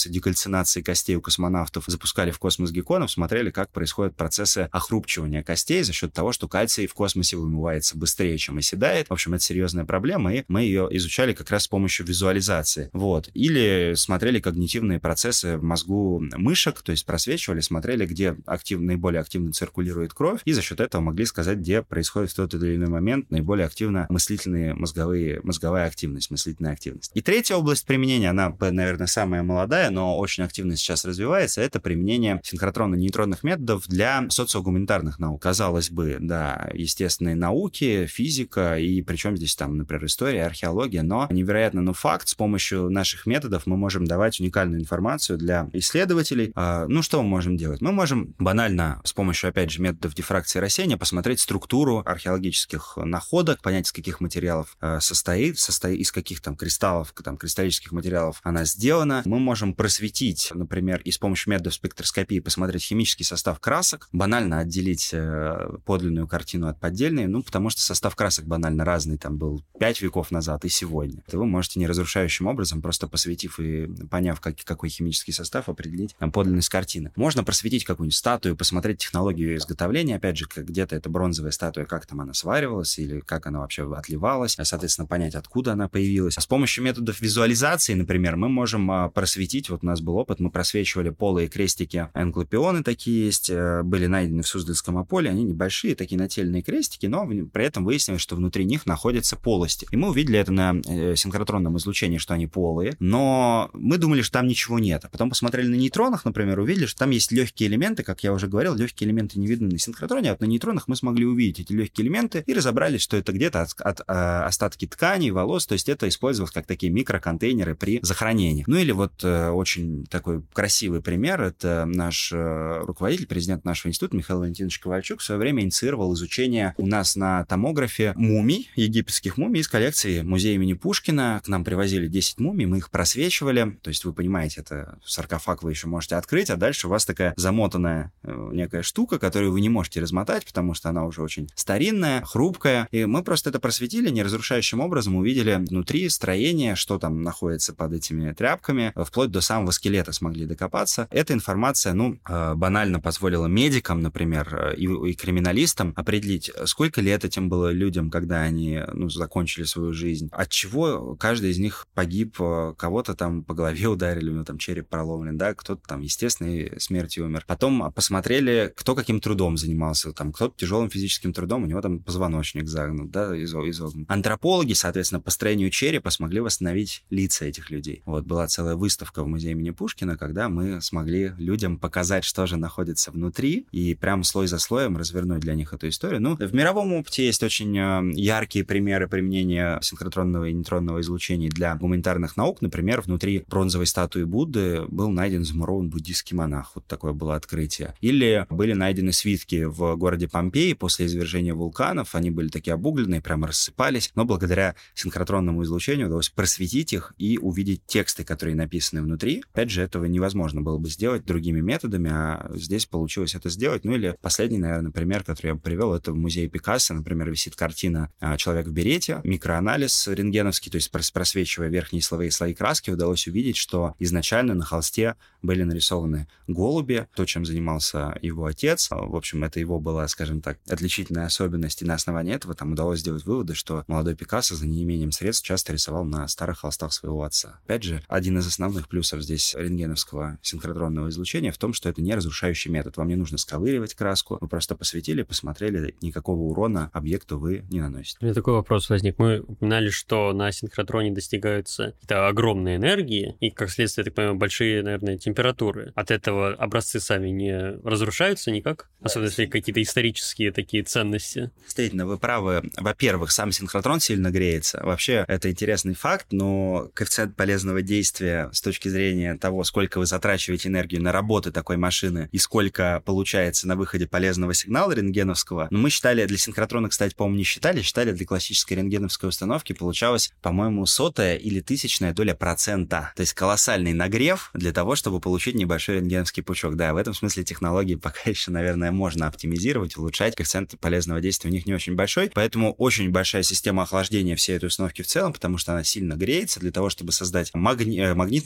после декальцинации костей у космонавтов запускали в космос гекконов, смотрели, как происходят процессы охрупчивания костей за счет того, что кальций в космосе вымывается быстрее, чем оседает. В общем, это серьезная проблема, и мы ее изучали как раз с помощью визуализации. Вот. Или смотрели когнитивные процессы в мозгу мышек, то есть просвечивали, смотрели, где наиболее активно циркулирует кровь, и за счет этого могли сказать, где происходит в тот или иной момент наиболее активно мыслительная активность, мыслительная активность. И третья область применения, она, наверное, самая молодая, но очень активно сейчас развивается, это применение синхротронно-нейтронных методов для социогуманитарных наук. Казалось бы, да, естественные науки, физика, и причем здесь там, например, история, археология, но невероятно, но факт, с помощью наших методов мы можем давать уникальную информацию для исследователей. Что мы можем делать? Мы можем банально с помощью, опять же, методов дифракции и рассеяния посмотреть структуру археологических находок, понять, из каких материалов состоит, из каких там кристаллов, там, кристаллических материалов она сделана. Мы можем просветить, например, и с помощью методов спектроскопии посмотреть химический состав красок, банально отделить подлинную картину от поддельной, потому что состав красок банально разный, там был 5 веков назад и сегодня. То вы можете неразрушающим образом, просто посветив и поняв, какой химический состав, определить там подлинность картины. Можно просветить какую-нибудь статую, посмотреть технологию ее изготовления, опять же, где-то это бронзовая статуя, как там она сваривалась или как она вообще отливалась, соответственно, понять, откуда она появилась. А с помощью методов визуализации, например, мы можем просветить, вот у нас был опыт, мы просвечивали полые крестики, энклопионы такие есть, были найдены в Суздальском Аполе, они небольшие, такие нательные крестики, но при этом выяснилось, что внутри них находятся полости. И мы увидели это на синхротронном излучении, что они полые, но мы думали, что там ничего нет. А потом посмотрели на нейтронах, например, увидели, что там есть легкие элементы, как я уже говорил, легкие элементы не видны на синхротроне, а вот на нейтронах мы смогли увидеть эти легкие элементы и разобрались, что это где-то остатки тканей, волос, то есть это использовалось как такие микроконтейнеры при захоронении. Ну или вот очень такой красивый пример, это наш руководитель, президент нашего института Михаил Валентинович Ковальчук в свое время инициировал изучение у нас на томографе мумий, египетских мумий из коллекции музея имени Пушкина. К нам привозили 10 мумий, мы их просвечивали, то есть вы понимаете, это саркофаг вы еще можете открыть, а дальше у вас такая замотанная некая штука, которую вы не можете размотать, потому что она уже очень старинная, хрупкая, и мы просто это просветили неразрушающим образом, увидели внутри строение, что там находится под этими тряпками, вплоть до самого скелета смогли докопаться. Эта информация, банально позволила медикам, например, и криминалистам определить, сколько лет этим было людям, когда они, закончили свою жизнь, от чего каждый из них погиб, кого-то там по голове ударили, у него там череп проломлен, да, кто-то там естественной смертью умер. Потом посмотрели, кто каким трудом занимался, там, кто-то тяжелым физическим трудом, у него там позвоночник загнут, да, изогнут. Антропологи, соответственно, по строению черепа смогли восстановить лица этих людей. Вот, была целая выставка в музее имени Пушкина, когда мы смогли людям показать, что же находится внутри, и прям слой за слоем развернуть для них эту историю. В мировом опыте есть очень яркие примеры применения синхротронного и нейтронного излучения для гуманитарных наук. Например, внутри бронзовой статуи Будды был найден замурован буддийский монах. Вот такое было открытие. Или были найдены свитки в городе Помпеи после извержения вулканов. Они были такие обугленные, прямо рассыпались. Но благодаря синхротронному излучению удалось просветить их и увидеть тексты, которые написаны внутри. Опять же, этого невозможно было бы сделать другими методами, а здесь получилось это сделать. Или последний, наверное, пример, который я бы привел, это в музее Пикассо, например, висит картина «Человек в берете», микроанализ рентгеновский, то есть просвечивая верхние слои краски, удалось увидеть, что изначально на холсте были нарисованы голуби, то, чем занимался его отец. В общем, это его была, скажем так, отличительная особенность, и на основании этого там удалось сделать выводы, что молодой Пикассо за неимением средств часто рисовал на старых холстах своего отца. Опять же, один из основных плюсов здесь рентгеновского синхротронного излучения в том, что это не разрушающий метод. Вам не нужно сковыривать краску, вы просто посветили, посмотрели, никакого урона объекту вы не наносите. У меня такой вопрос возник. Мы упоминали, что на синхротроне достигаются какие-то огромные энергии и, как следствие, я так понимаю, большие, наверное, температуры. От этого образцы сами не разрушаются никак? Особенно если какие-то исторические такие ценности. Действительно, вы правы. Во-первых, сам синхротрон сильно греется. Вообще, это интересный факт, но коэффициент полезного действия с точки зрения того, сколько вы затрачиваете энергию на работу такой машины и сколько получается на выходе полезного сигнала рентгеновского, мы считали, для синхротрона, кстати, по-моему, не считали для классической рентгеновской установки получалось, по-моему, 100-я или 1000-я доля процента. То есть колоссальный нагрев для того, чтобы получить небольшой рентгеновский пучок. Да, в этом смысле технологии пока еще, наверное, можно оптимизировать, улучшать. Коэффициент полезного действия у них не очень большой, поэтому очень большая система охлаждения всей этой установки в целом, потому что она сильно греется для того, чтобы создать магнитное поле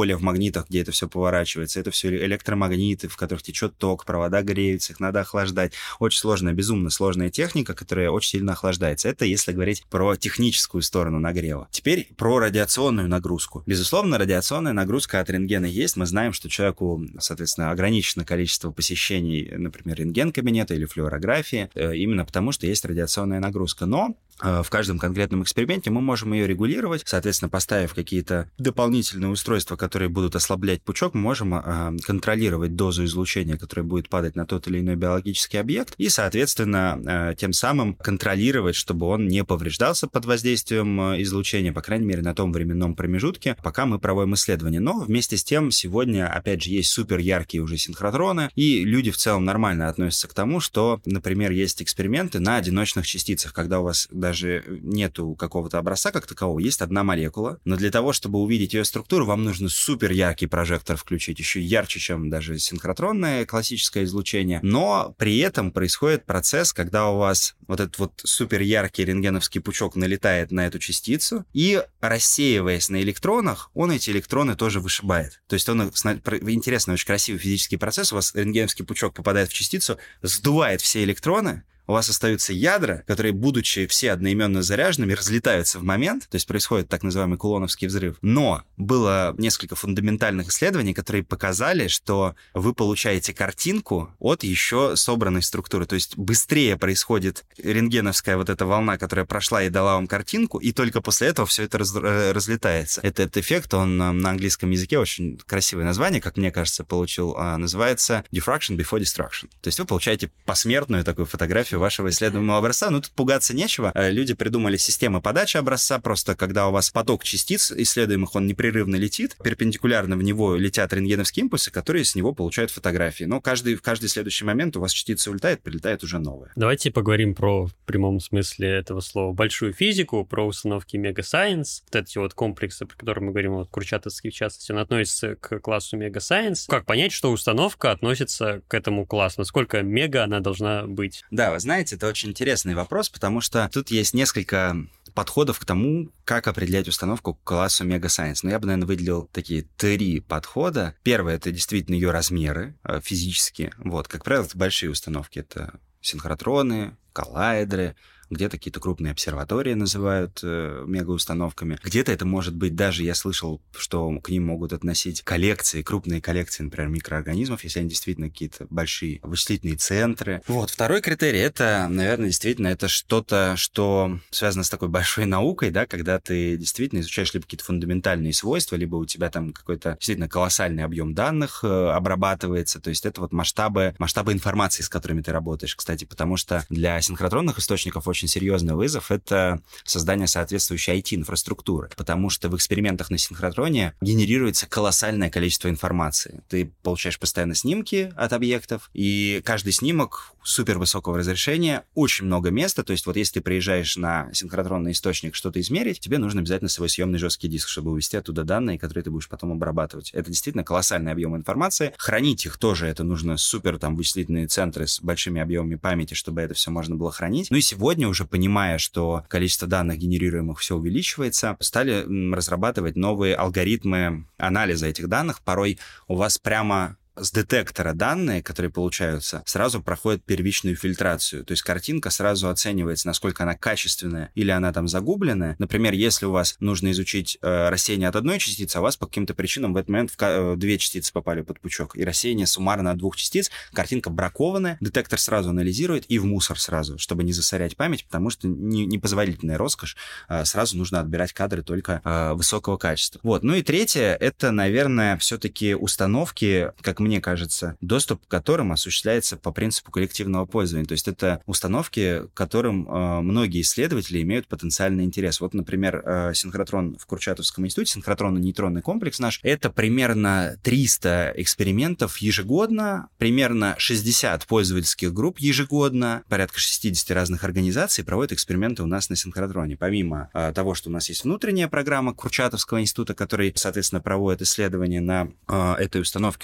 поле в магнитах, где это все поворачивается. Это все электромагниты, в которых течет ток, провода греются, их надо охлаждать. Очень сложная, безумно сложная техника, которая очень сильно охлаждается. Это если говорить про техническую сторону нагрева. Теперь про радиационную нагрузку. Безусловно, радиационная нагрузка от рентгена есть. Мы знаем, что человеку, соответственно, ограничено количество посещений, например, рентген-кабинета или флюорографии, именно потому, что есть радиационная нагрузка. Но в каждом конкретном эксперименте мы можем ее регулировать, соответственно, поставив какие-то дополнительные устройства, которые будут ослаблять пучок, мы можем контролировать дозу излучения, которая будет падать на тот или иной биологический объект, и, соответственно, тем самым контролировать, чтобы он не повреждался под воздействием излучения, по крайней мере, на том временном промежутке, пока мы проводим исследования. Но вместе с тем сегодня, опять же, есть супер яркие уже синхротроны, и люди в целом нормально относятся к тому, что, например, есть эксперименты на одиночных частицах, когда у вас даже нету какого-то образца как такового, есть одна молекула, но для того, чтобы увидеть ее структуру, вам нужно супер яркий прожектор включить, еще ярче, чем даже синхротронное классическое излучение, но при этом происходит процесс, когда у вас вот этот вот супер яркий рентгеновский пучок налетает на эту частицу, и, рассеиваясь на электронах, он эти электроны тоже вышибает. То есть он, интересный, очень красивый физический процесс, у вас рентгеновский пучок попадает в частицу, сдувает все электроны, у вас остаются ядра, которые, будучи все одноименно заряженными, разлетаются в момент, то есть происходит так называемый кулоновский взрыв. Но было несколько фундаментальных исследований, которые показали, что вы получаете картинку от еще собранной структуры. То есть быстрее происходит рентгеновская вот эта волна, которая прошла и дала вам картинку, и только после этого все это разлетается. Этот эффект, он на английском языке очень красивое название, как мне кажется, получил, называется diffraction before destruction. То есть вы получаете посмертную такую фотографию вашего исследуемого образца. Ну, тут пугаться нечего. Люди придумали системы подачи образца, просто когда у вас поток частиц исследуемых, он непрерывно летит, перпендикулярно в него летят рентгеновские импульсы, которые с него получают фотографии. Но в каждый следующий момент у вас частица улетает, прилетает уже новая. Давайте поговорим про, в прямом смысле этого слова, большую физику, про установки мегасайенс. Вот эти вот комплексы, про которые мы говорим, вот Курчатовский, в частности, он относится к классу мегасайенс. Как понять, что установка относится к этому классу? Насколько мега она должна быть? Да, вы знаете, это очень интересный вопрос, потому что тут есть несколько подходов к тому, как определять установку к классу мегасайенс. Но я бы, наверное, выделил такие 3 подхода. Первое — это действительно ее размеры физические. Вот, как правило, это большие установки. Это синхротроны, коллайдеры, где-то какие-то крупные обсерватории называют мегаустановками. Где-то это может быть даже, я слышал, что к ним могут относить коллекции, крупные коллекции, например, микроорганизмов, если они действительно какие-то большие вычислительные центры. Вот. Второй критерий — это, наверное, действительно это что-то, что связано с такой большой наукой, да, когда ты действительно изучаешь либо какие-то фундаментальные свойства, либо у тебя там какой-то действительно колоссальный объем данных обрабатывается. То есть это вот масштабы информации, с которыми ты работаешь, кстати, потому что для синхротронных источников очень серьезный вызов — это создание соответствующей IT-инфраструктуры, потому что в экспериментах на синхротроне генерируется колоссальное количество информации. Ты получаешь постоянно снимки от объектов, и каждый снимок супервысокого разрешения, очень много места, то есть вот если ты приезжаешь на синхротронный источник что-то измерить, тебе нужно обязательно свой съемный жесткий диск, чтобы увезти оттуда данные, которые ты будешь потом обрабатывать. Это действительно колоссальный объем информации. Хранить их тоже это нужно супер там вычислительные центры с большими объемами памяти, чтобы это все можно было хранить. Ну и сегодня, уже понимая, что количество данных, генерируемых, все увеличивается, стали разрабатывать новые алгоритмы анализа этих данных. Порой у вас прямо с детектора данные, которые получаются, сразу проходят первичную фильтрацию. То есть картинка сразу оценивается, насколько она качественная или она там загубленная. Например, если у вас нужно изучить рассеяние от одной частицы, а у вас по каким-то причинам в этот момент 2 частицы попали под пучок, и рассеяние суммарно от 2 частиц, картинка бракованная, детектор сразу анализирует и в мусор сразу, чтобы не засорять память, потому что непозволительная роскошь, сразу нужно отбирать кадры только высокого качества. Вот. Ну и третье, это, наверное, все-таки установки, как мне кажется, доступ к которым осуществляется по принципу коллективного пользования. То есть это установки, к которым многие исследователи имеют потенциальный интерес. Вот, например, синхротрон в Курчатовском институте, синхротронно-нейтронный комплекс наш, это примерно 300 экспериментов ежегодно, примерно 60 пользовательских групп ежегодно, порядка 60 разных организаций проводят эксперименты у нас на синхротроне. Помимо того, что у нас есть внутренняя программа Курчатовского института, который, соответственно, проводит исследования на этой установке, у нас, конечно,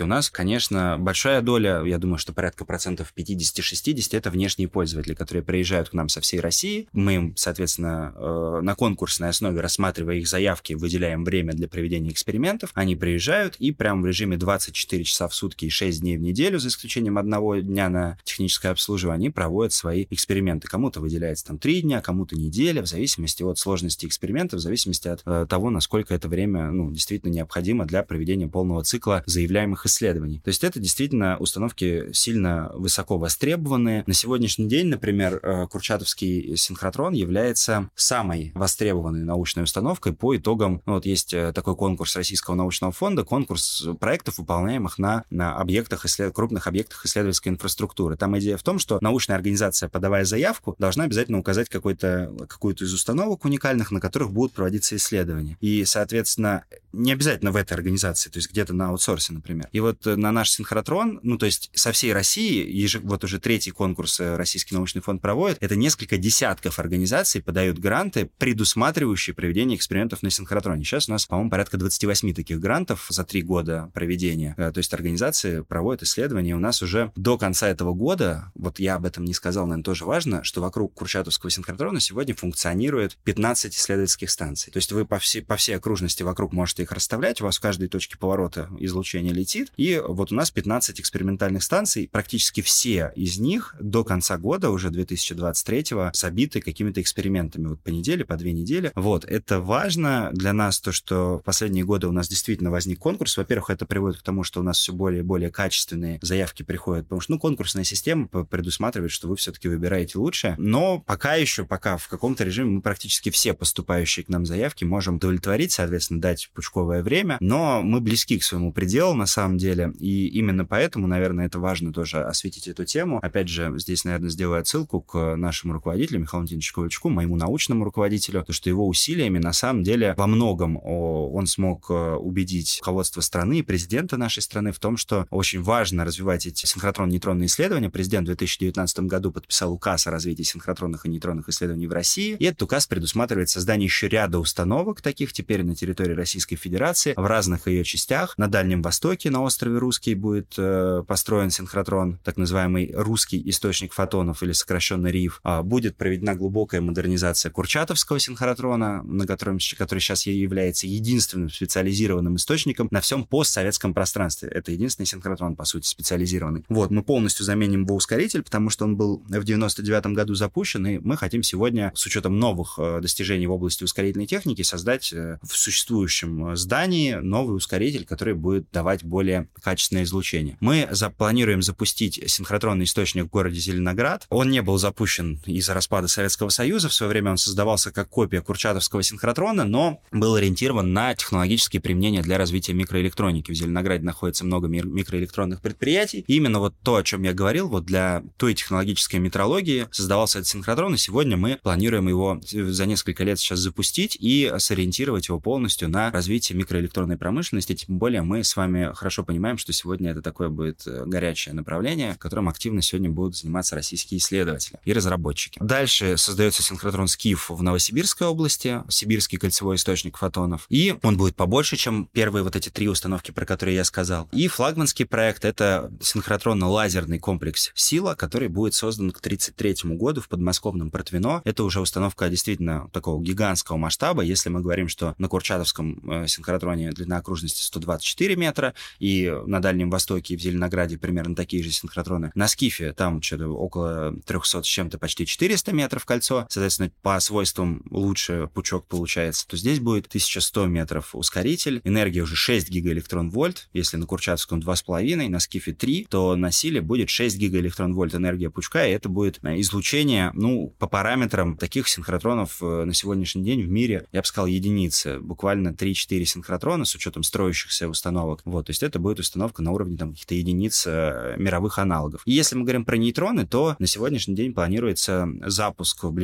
конечно, большая доля, я думаю, что порядка процентов 50-60, это внешние пользователи, которые приезжают к нам со всей России. Мы им, соответственно, на конкурсной основе, рассматривая их заявки, выделяем время для проведения экспериментов. Они приезжают и прямо в режиме 24 часа в сутки и 6 дней в неделю, за исключением одного дня на техническое обслуживание, они проводят свои эксперименты. Кому-то выделяется там 3 дня, кому-то неделя, в зависимости от сложности эксперимента, в зависимости от того, насколько это время действительно необходимо для проведения полного цикла заявляемых исследований. То есть это действительно установки сильно высоко востребованные. На сегодняшний день, например, Курчатовский синхротрон является самой востребованной научной установкой по итогам, есть такой конкурс Российского научного фонда, конкурс проектов, выполняемых на объектах, крупных объектах исследовательской инфраструктуры. Там идея в том, что научная организация, подавая заявку, должна обязательно указать какую-то из установок уникальных, на которых будут проводиться исследования. И, соответственно, не обязательно в этой организации, то есть где-то на аутсорсе, например. И вот на наш синхротрон, то есть со всей России, вот уже 3-й конкурс Российский научный фонд проводит, это несколько десятков организаций подают гранты, предусматривающие проведение экспериментов на синхротроне. Сейчас у нас, по-моему, порядка 28 таких грантов за 3 года проведения. То есть организации проводят исследования. У нас уже до конца этого года, вот я об этом не сказал, наверное, тоже важно, что вокруг Курчатовского синхротрона сегодня функционирует 15 исследовательских станций. То есть вы по всей окружности вокруг можете их расставлять, у вас в каждой точке поворота излучение летит, и вот у нас 15 экспериментальных станций, практически все из них до конца года, уже 2023-го, забиты какими-то экспериментами, по неделе, по 2 недели. Это важно для нас, то, что в последние годы у нас действительно возник конкурс. Во-первых, это приводит к тому, что у нас все более и более качественные заявки приходят, потому что, конкурсная система предусматривает, что вы все-таки выбираете лучшее, но пока в каком-то режиме мы практически все поступающие к нам заявки можем удовлетворить, соответственно, дать пучковое время, но мы близки к своему пределу, на самом деле, и именно поэтому, наверное, это важно тоже осветить эту тему. Опять же, здесь, наверное, сделаю отсылку к нашему руководителю Михаилу Валентиновичу Ковальчуку, моему научному руководителю, то, что его усилиями, на самом деле, во многом он смог убедить руководство страны и президента нашей страны в том, что очень важно развивать эти синхротрон-нейтронные исследования. Президент в 2019 году подписал указ о развитии синхротронных и нейтронных исследований в России, и этот указ предусматривает создание еще ряда установок таких теперь на территории Российской Федерации, в разных ее частях. На Дальнем Востоке, на острове Русский, будет построен синхротрон, так называемый русский источник фотонов, или сокращенно РИФ. Будет проведена глубокая модернизация Курчатовского синхротрона, который сейчас является единственным специализированным источником на всем постсоветском пространстве. Это единственный синхротрон, по сути, специализированный. Мы полностью заменим его ускоритель, потому что он был в 99 году запущен, и мы хотим сегодня, с учетом новых достижений в области ускорительной техники, создать в существующем здании новый ускоритель, который будет давать более качественное излучение. Мы планируем запустить синхротронный источник в городе Зеленоград. Он не был запущен из-за распада Советского Союза. В свое время он создавался как копия Курчатовского синхротрона, но был ориентирован на технологические применения для развития микроэлектроники. В Зеленограде находится много микроэлектронных предприятий. И именно то, о чем я говорил, для той технологической метрологии создавался этот синхротрон, и сегодня мы планируем его за несколько лет сейчас запустить и сориентировать его полностью на развитие микроэлектронной промышленности. Тем более мы с вами хорошо понимаем, что сегодня это такое будет горячее направление, которым активно сегодня будут заниматься российские исследователи и разработчики. Дальше создается синхротрон СКИФ в Новосибирской области, сибирский кольцевой источник фотонов, и он будет побольше, чем первые эти 3 установки, про которые я сказал. И флагманский проект — это синхротронно-лазерный комплекс «Сила», который будет создан к 1933 году в подмосковном Протвино. Это уже установка действительно такого гигантского масштаба. Если мы говорим, что на Курчатовском синхротроне длина окружности 124 метра, и на Дальнем Востоке и в Зеленограде примерно такие же синхротроны. На Скифе там что-то около 300 с чем-то, почти 400 метров кольцо, соответственно, по свойствам лучше пучок получается, то здесь будет 1100 метров ускоритель, энергия уже 6 гигаэлектрон-вольт, если на Курчатовском 2,5, на Скифе 3, то на Силе будет 6 гигаэлектрон-вольт энергия пучка, и это будет излучение, по параметрам таких синхротронов на сегодняшний день в мире, я бы сказал, единицы, буквально 3-4 синхротрона с учетом строящихся установок. То есть это будет установка на уровне каких-то единиц мировых аналогов. И если мы говорим про нейтроны, то на сегодняшний день планируется запуск в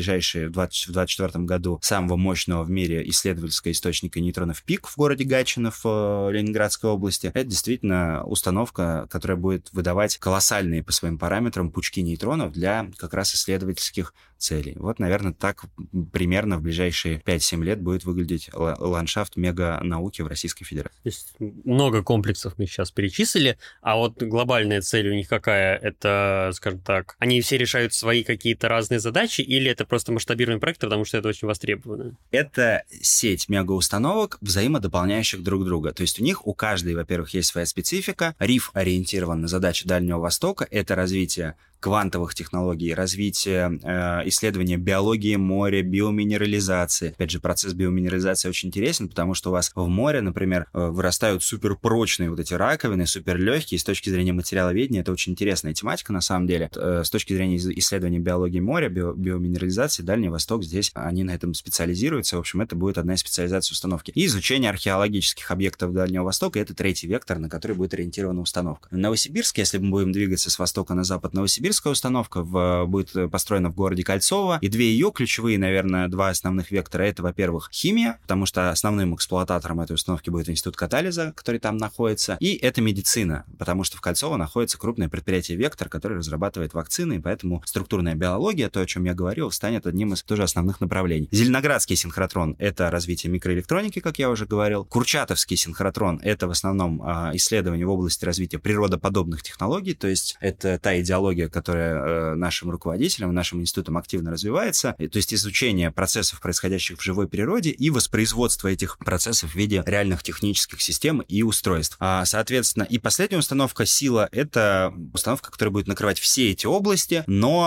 2024 году самого мощного в мире исследовательского источника нейтронов ПИК в городе Гатчино в Ленинградской области. Это действительно установка, которая будет выдавать колоссальные по своим параметрам пучки нейтронов для как раз исследовательских целей. Вот, наверное, так примерно в ближайшие 5-7 лет будет выглядеть ландшафт меганауки в Российской Федерации. То есть много комплексов мы сейчас перечислили, а вот глобальная цель у них какая? Это, скажем так, они все решают свои какие-то разные задачи, или это просто масштабируемый проект, потому что это очень востребовано? Это сеть мегаустановок, взаимодополняющих друг друга. То есть у каждой, во-первых, есть своя специфика. РИФ ориентирован на задачи Дальнего Востока. Это развитие квантовых технологий, развитие исследования биологии моря, биоминерализации. Опять же, процесс биоминерализации очень интересен, потому что у вас в море, например, вырастают суперпрочные вот эти раковины, суперлегкие. С точки зрения материаловедения это очень интересная тематика, на самом деле. С точки зрения исследования биологии моря, биоминерализации, Дальний Восток здесь, они на этом специализируются. В общем, это будет одна из специализаций установки. И изучение археологических объектов Дальнего Востока — это третий вектор, на который будет ориентирована установка. Новосибирск, если мы будем двигаться с востока на запад, Новосибирская установка будет построена в городе Кольцово, и две ее ключевые, наверное, два основных вектора — это, во-первых, химия, потому что основным эксплуататором этой установки будет институт катализа, который там находится, и это медицина, потому что в Кольцово находится крупное предприятие «Вектор», которое разрабатывает вакцины, и поэтому структурная биология, то, о чем я говорил, станет одним из тоже основных направлений. Зеленоградский синхротрон — это развитие микроэлектроники, как я уже говорил. Курчатовский синхротрон — это в основном исследование в области развития природоподобных технологий, то есть это та идеология, которая нашим руководителям, нашим институтом активно развивается, то есть изучение процессов, происходящих в живой природе, и воспроизводство этих процессов в виде реальных технических систем и устройств. Соответственно, и последняя установка «Сила» — это установка, которая будет накрывать все эти области,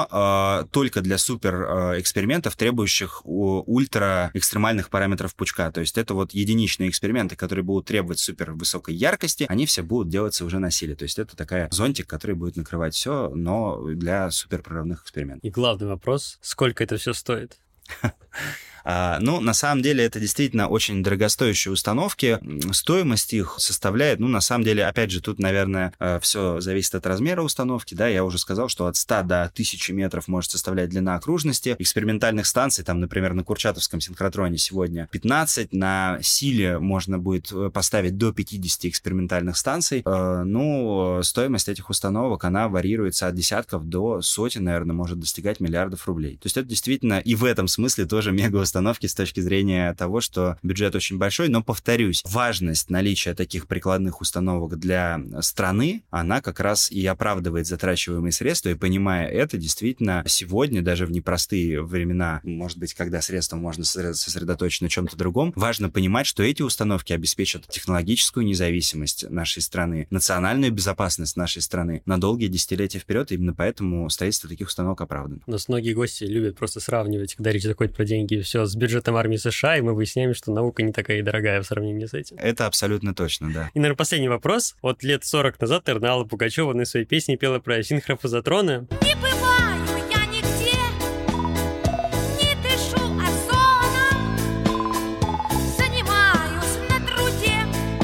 но только для суперэкспериментов, требующих ультра-экстремальных параметров пучка. То есть это вот единичные эксперименты, которые будут требовать супервысокой яркости, они все будут делаться уже на силе. То есть это такая зонтик, который будет накрывать все, но для суперпрорывных экспериментов. И главный вопрос, сколько это все стоит? На самом деле, это действительно очень дорогостоящие установки. Стоимость их составляет, на самом деле, опять же, тут, наверное, все зависит от размера установки, да, я уже сказал, что от 100 до 1000 метров может составлять длина окружности. Экспериментальных станций, там, например, на Курчатовском синхротроне сегодня 15, на Силе можно будет поставить до 50 экспериментальных станций. Стоимость этих установок, она варьируется от десятков до сотен, наверное, может достигать миллиардов рублей. То есть это действительно и в этом смысле тоже мега-установки с точки зрения того, что бюджет очень большой, но, повторюсь, важность наличия таких прикладных установок для страны, она как раз и оправдывает затрачиваемые средства, и понимая это, действительно, сегодня, даже в непростые времена, может быть, когда средства можно сосредоточить на чем-то другом, важно понимать, что эти установки обеспечат технологическую независимость нашей страны, национальную безопасность нашей страны на долгие десятилетия вперед, и именно поэтому строительство таких установок оправдано. У нас многие гости любят просто сравнивать, когда речь заходит про деньги, все с бюджетом армии США, и мы выясняем, что наука не такая и дорогая в сравнении с этим. Это абсолютно точно, да. И, наверное, последний вопрос. Вот лет 40 назад Алла Пугачева на своей песне пела про синхрофазотроны. Не бываю я нигде, не дышу озоном, занимаюсь на труде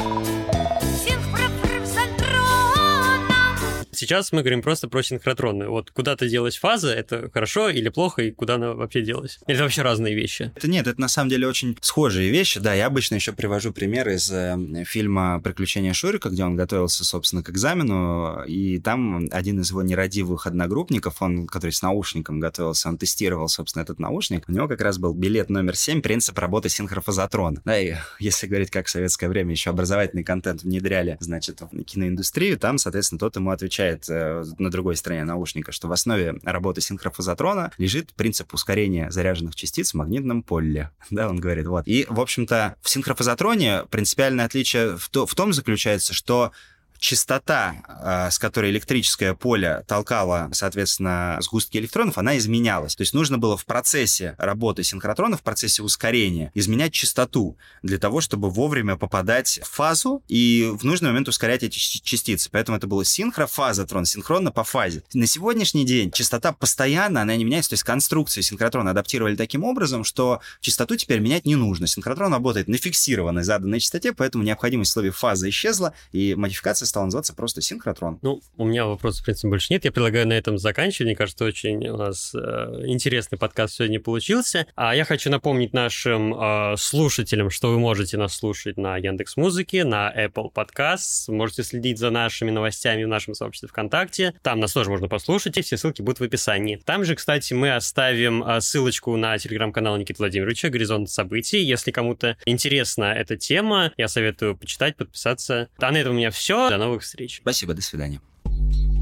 синхрофазотроном. Сейчас мы говорим просто про синхротроны. Вот куда-то делась фаза, это хорошо или плохо, и куда она вообще делась? Или это вообще разные вещи? Это на самом деле очень схожие вещи. Да, я обычно еще привожу пример из фильма «Приключения Шурика», где он готовился, собственно, к экзамену, и там один из его нерадивых одногруппников, который с наушником готовился, он тестировал, собственно, этот наушник, у него как раз был билет номер 7, принцип работы синхрофазотрона. Да, и если говорить, как в советское время еще образовательный контент внедряли, значит, в киноиндустрию, там, соответственно, тот ему отвечает на другой стороне наушника, что в основе работы синхрофазотрона лежит принцип ускорения заряженных частиц в магнитном поле. Да, он говорит, вот. И, в общем-то, в синхрофазотроне принципиальное отличие в том заключается, что частота, с которой электрическое поле толкало, соответственно, сгустки электронов, она изменялась. То есть нужно было в процессе работы синхротрона, в процессе ускорения, изменять частоту для того, чтобы вовремя попадать в фазу и в нужный момент ускорять эти частицы. Поэтому это было синхрофазотрон, синхронно по фазе. На сегодняшний день частота постоянно, она не меняется, то есть конструкцию синхротрона адаптировали таким образом, что частоту теперь менять не нужно. Синхротрон работает на фиксированной заданной частоте, поэтому необходимость в слове фаза исчезла, и модификация стало называться просто синхротрон. Ну, у меня вопросов, в принципе, больше нет. Я предлагаю на этом заканчивать. Мне кажется, очень у нас интересный подкаст сегодня получился. А я хочу напомнить нашим слушателям, что вы можете нас слушать на Яндекс.Музыке, на Apple Podcasts. Можете следить за нашими новостями в нашем сообществе ВКонтакте. Там нас тоже можно послушать, и все ссылки будут в описании. Там же, кстати, мы оставим ссылочку на телеграм-канал Никиты Владимировича «Горизонт событий». Если кому-то интересна эта тема, я советую почитать, подписаться. А на этом у меня все. До новых встреч. Спасибо, до свидания.